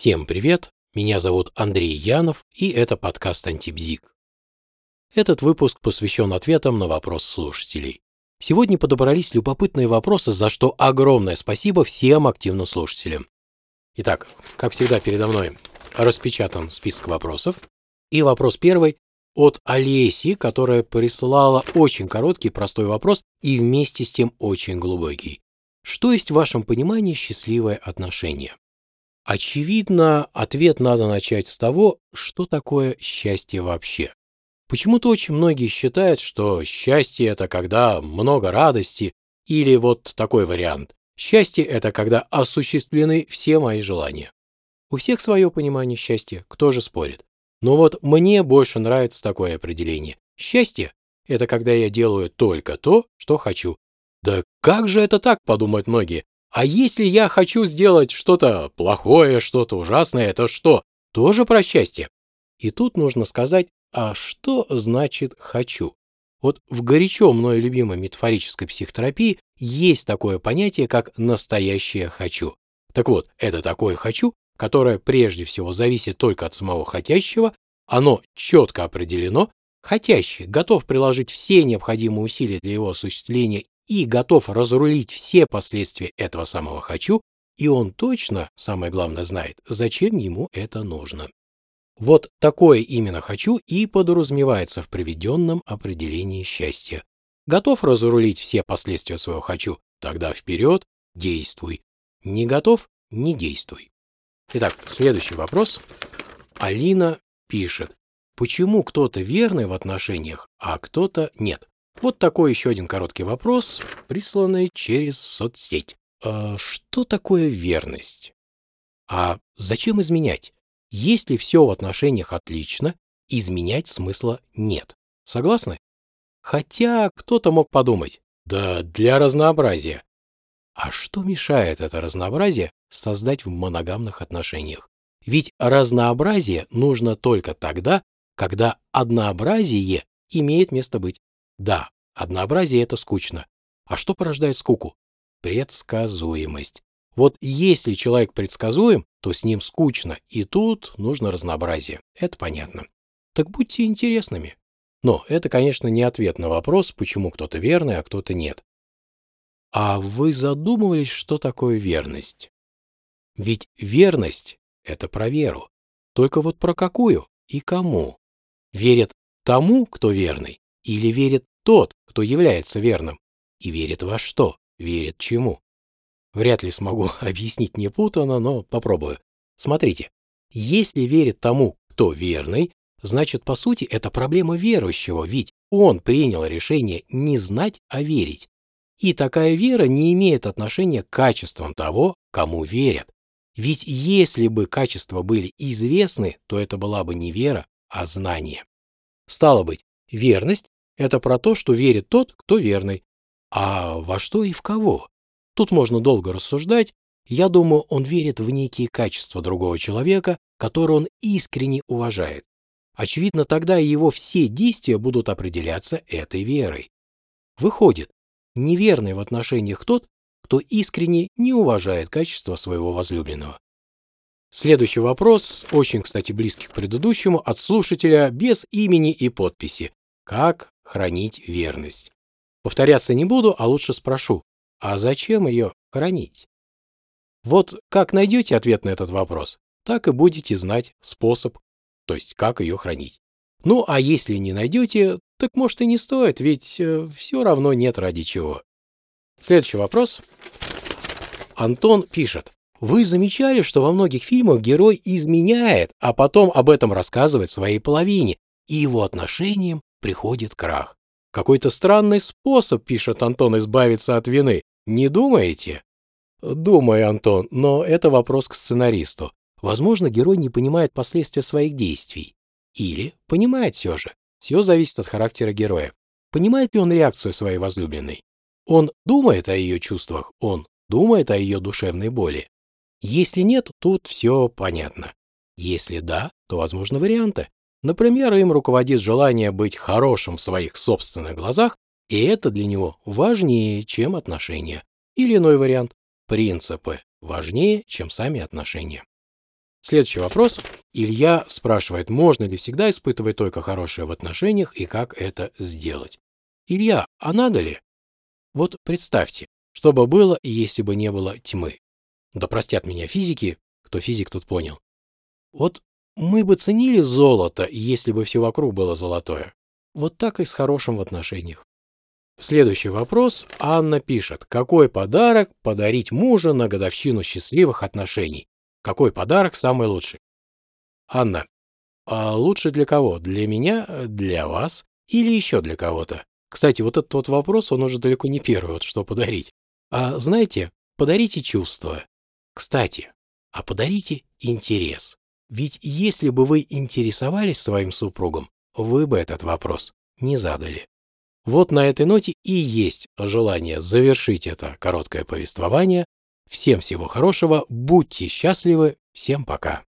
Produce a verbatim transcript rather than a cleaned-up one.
Всем привет, меня зовут Андрей Янов, и это подкаст «Антибзик». Этот выпуск посвящен ответам на вопрос слушателей. Сегодня подобрались любопытные вопросы, за что огромное спасибо всем активным слушателям. Итак, как всегда передо мной распечатан список вопросов. И вопрос первый от Олеси, которая присылала очень короткий, простой вопрос и вместе с тем очень глубокий. Что есть в вашем понимании счастливое отношение? Очевидно, ответ надо начать с того, что такое счастье вообще. Почему-то очень многие считают, что счастье – это когда много радости, или вот такой вариант. Счастье – это когда осуществлены все мои желания. У всех свое понимание счастья, кто же спорит. Но вот мне больше нравится такое определение. Счастье – это когда я делаю только то, что хочу. Да как же это так, подумают многие. А если я хочу сделать что-то плохое, что-то ужасное, это что? Тоже про счастье? И тут нужно сказать, а что значит «хочу»? Вот в горячо мною любимой метафорической психотерапии есть такое понятие, как «настоящее хочу». Так вот, это такое «хочу», которое прежде всего зависит только от самого хотящего, оно четко определено, хотящий готов приложить все необходимые усилия для его осуществления и готов разрулить все последствия этого самого «хочу», и он точно, самое главное, знает, зачем ему это нужно. Вот такое именно «хочу» и подразумевается в приведенном определении счастья. Готов разрулить все последствия своего «хочу», тогда вперед, действуй. Не готов – не действуй. Итак, следующий вопрос. Алина пишет, почему кто-то верный в отношениях, а кто-то нет? Вот такой еще один короткий вопрос, присланный через соцсеть. А что такое верность? А зачем изменять? Если все в отношениях отлично, изменять смысла нет. Согласны? Хотя кто-то мог подумать, да для разнообразия. А что мешает это разнообразие создать в моногамных отношениях? Ведь разнообразие нужно только тогда, когда однообразие имеет место быть. Да, однообразие – это скучно. А что порождает скуку? Предсказуемость. Вот если человек предсказуем, то с ним скучно, и тут нужно разнообразие. Это понятно. Так будьте интересными. Но это, конечно, не ответ на вопрос, почему кто-то верный, а кто-то нет. А вы задумывались, что такое верность? Ведь верность – это про веру. Только вот про какую и кому? Верит тому, кто верный? Или верит тот, кто является верным? И верит во что? Верит чему? Вряд ли смогу объяснить непутанно, но попробую. Смотрите, если верит тому, кто верный, значит, по сути, это проблема верующего, ведь он принял решение не знать, а верить. И такая вера не имеет отношения к качествам того, кому верят. Ведь если бы качества были известны, то это была бы не вера, а знание. Стало быть, верность – это про то, что верит тот, кто верный. А во что и в кого? Тут можно долго рассуждать. Я думаю, он верит в некие качества другого человека, которые он искренне уважает. Очевидно, тогда его все действия будут определяться этой верой. Выходит, неверный в отношениях тот, кто искренне не уважает качества своего возлюбленного. Следующий вопрос, очень, кстати, близкий к предыдущему, от слушателя без имени и подписи. Как хранить верность? Повторяться не буду, а лучше спрошу, а зачем ее хранить? Вот как найдете ответ на этот вопрос, так и будете знать способ, то есть как ее хранить. Ну, а если не найдете, так может и не стоит, ведь э, все равно нет ради чего. Следующий вопрос. Антон пишет. Вы замечали, что во многих фильмах герой изменяет, а потом об этом рассказывает своей половине, и его отношениям приходит крах? Какой-то странный способ, пишет Антон, избавиться от вины. Не думаете? Думаю, Антон, но это вопрос к сценаристу. Возможно, герой не понимает последствия своих действий. Или понимает все же. Все зависит от характера героя. Понимает ли он реакцию своей возлюбленной? Он думает о ее чувствах, он думает о ее душевной боли. Если нет, тут все понятно. Если да, то возможны варианты. Например, им руководит желание быть хорошим в своих собственных глазах, и это для него важнее, чем отношения. Или иной вариант. Принципы важнее, чем сами отношения. Следующий вопрос. Илья спрашивает, можно ли всегда испытывать только хорошее в отношениях и как это сделать. Илья, а надо ли? Вот представьте, что бы было, если бы не было тьмы. Да простят меня физики, кто физик, тот понял. Вот мы бы ценили золото, если бы все вокруг было золотое. Вот так и с хорошим в отношениях. Следующий вопрос. Анна пишет, какой подарок подарить мужу на годовщину счастливых отношений? Какой подарок самый лучший? Анна, а лучше для кого? Для меня, для вас или еще для кого-то? Кстати, вот этот вот вопрос, он уже далеко не первый, вот что подарить. А знаете, подарите чувства. Кстати, а подарите интерес. Ведь если бы вы интересовались своим супругом, вы бы этот вопрос не задали. Вот на этой ноте и есть желание завершить это короткое повествование. Всем всего хорошего, будьте счастливы, всем пока.